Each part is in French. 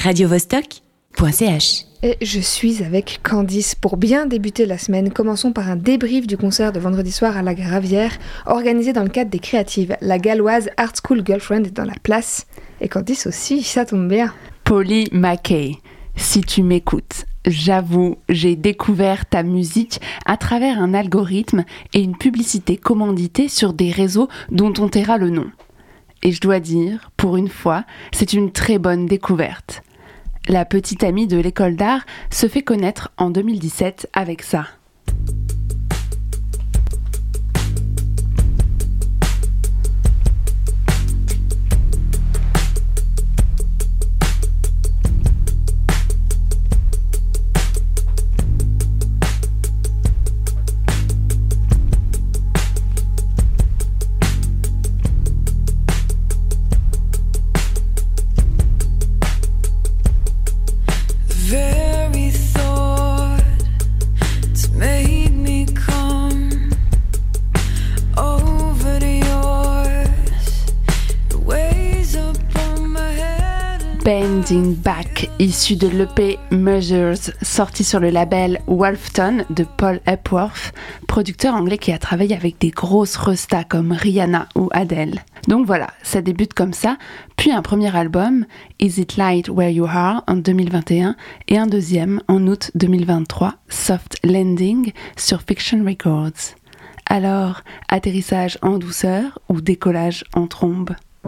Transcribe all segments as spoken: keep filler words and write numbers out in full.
radio vostok point c h. Et je suis avec Candice. Pour bien débuter la semaine, commençons par un débrief du concert de vendredi soir à la Gravière, organisé dans le cadre des Créatives. La galloise Art School Girlfriend est dans la place. Et Candice aussi, ça tombe bien. Polly McKay, si tu m'écoutes, j'avoue, j'ai découvert ta musique à travers un algorithme et une publicité commanditée sur des réseaux dont on taira le nom. Et je dois dire, pour une fois, c'est une très bonne découverte. La petite amie de l'école d'art se fait connaître en deux mille dix-sept avec ça. Bending Back, issu de l'E P Measures, sorti sur le label Wolfton de Paul Epworth, producteur anglais qui a travaillé avec des grosses restas comme Rihanna ou Adele. Donc voilà, ça débute comme ça, puis un premier album, Is It Light Where You Are, en deux mille vingt et un, et un deuxième en août deux mille vingt-trois, Soft Landing, sur Fiction Records. Alors, atterrissage en douceur ou décollage en trombe ?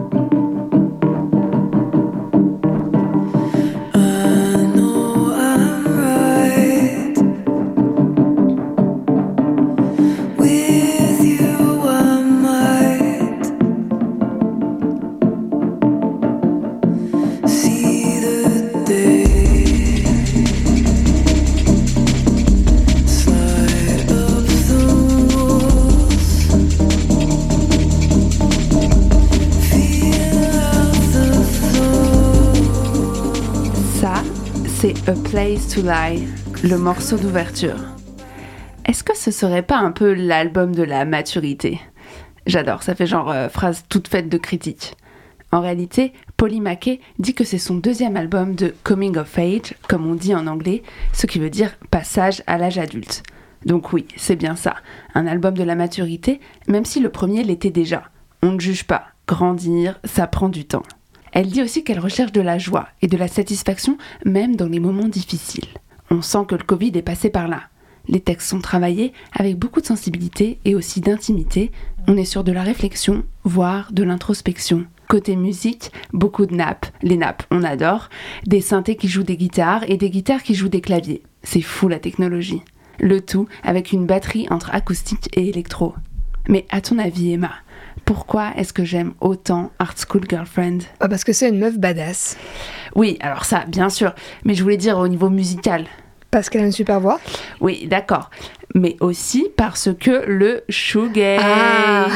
A Place to Lie, le morceau d'ouverture. Est-ce que ce serait pas un peu l'album de la maturité ? J'adore, ça fait genre euh, phrase toute faite de critique. En réalité, Polly McKay dit que c'est son deuxième album de coming of age, comme on dit en anglais, ce qui veut dire passage à l'âge adulte. Donc oui, c'est bien ça, un album de la maturité, même si le premier l'était déjà. On ne juge pas, grandir, ça prend du temps. Elle dit aussi qu'elle recherche de la joie et de la satisfaction, même dans les moments difficiles. On sent que le Covid est passé par là. Les textes sont travaillés avec beaucoup de sensibilité et aussi d'intimité. On est sur de la réflexion, voire de l'introspection. Côté musique, beaucoup de nappes. Les nappes, on adore. Des synthés qui jouent des guitares et des guitares qui jouent des claviers. C'est fou la technologie. Le tout avec une batterie entre acoustique et électro. Mais à ton avis, Emma, pourquoi est-ce que j'aime autant Art School Girlfriend ? Ah, parce que c'est une meuf badass. Oui, alors ça, bien sûr. Mais je voulais dire au niveau musical. Parce qu'elle a une super voix ? Oui, d'accord. Mais aussi parce que le shoegaze. Ah.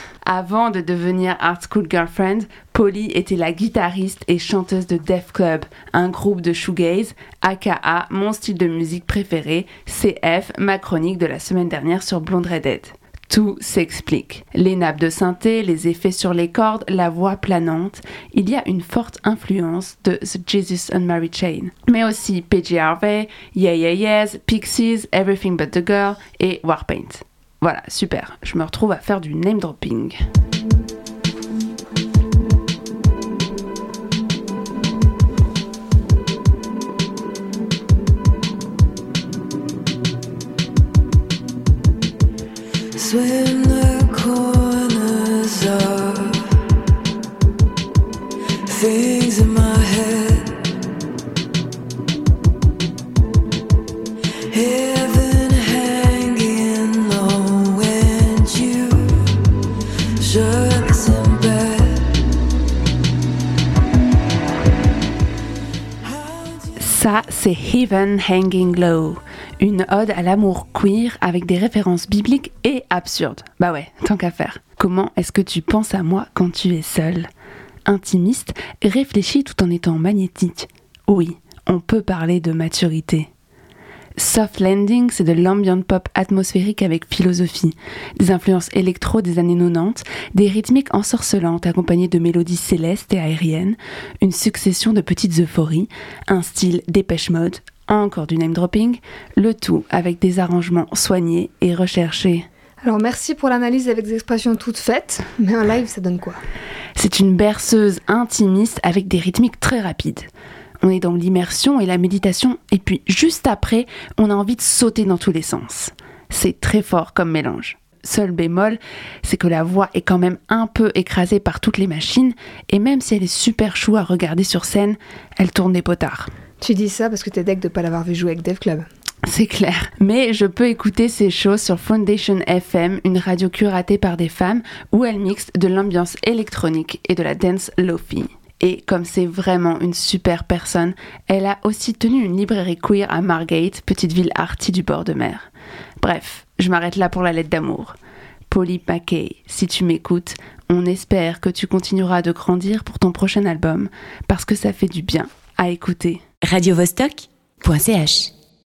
Avant de devenir Art School Girlfriend, Polly était la guitariste et chanteuse de Def Club, un groupe de shoegaze, aka mon style de musique préféré, C F, ma chronique de la semaine dernière sur Blonde Redhead. Tout s'explique. Les nappes de synthé, les effets sur les cordes, la voix planante. Il y a une forte influence de The Jesus and Mary Chain. Mais aussi P J Harvey, Yeah Yeah Yeahs, Pixies, Everything But The Girl et Warpaint. Voilà, super. Je me retrouve à faire du name dropping. Swim the corners of things in my head. Heaven hanging low and you shut in bed. Ça, c'est Heaven Hanging Low. Une ode à l'amour queer avec des références bibliques et absurdes. Bah ouais, tant qu'à faire. Comment est-ce que tu penses à moi quand tu es seule ? Intimiste, réfléchi tout en étant magnétique. Oui, on peut parler de maturité. Soft Landing, c'est de l'ambient pop atmosphérique avec philosophie, des influences électro des années quatre-vingt-dix, des rythmiques ensorcelantes accompagnées de mélodies célestes et aériennes, une succession de petites euphories, un style Dépêche Mode, encore du name dropping, le tout avec des arrangements soignés et recherchés. Alors merci pour l'analyse avec des expressions toutes faites, mais en live ça donne quoi? C'est une berceuse intimiste avec des rythmiques très rapides. On est dans l'immersion et la méditation, et puis juste après, on a envie de sauter dans tous les sens. C'est très fort comme mélange. Seul bémol, c'est que la voix est quand même un peu écrasée par toutes les machines, et même si elle est super chou à regarder sur scène, elle tourne des potards. Tu dis ça parce que t'es deg de pas l'avoir vu jouer avec Def Club. C'est clair. Mais je peux écouter ces shows sur Foundation F M, une radio curatée par des femmes, où elle mixe de l'ambiance électronique et de la dance lo-fi. Et comme c'est vraiment une super personne, elle a aussi tenu une librairie queer à Margate, petite ville arty du bord de mer. Bref, je m'arrête là pour la lettre d'amour. Polly McKay, si tu m'écoutes, on espère que tu continueras de grandir pour ton prochain album, parce que ça fait du bien à écouter. radio vostok point c h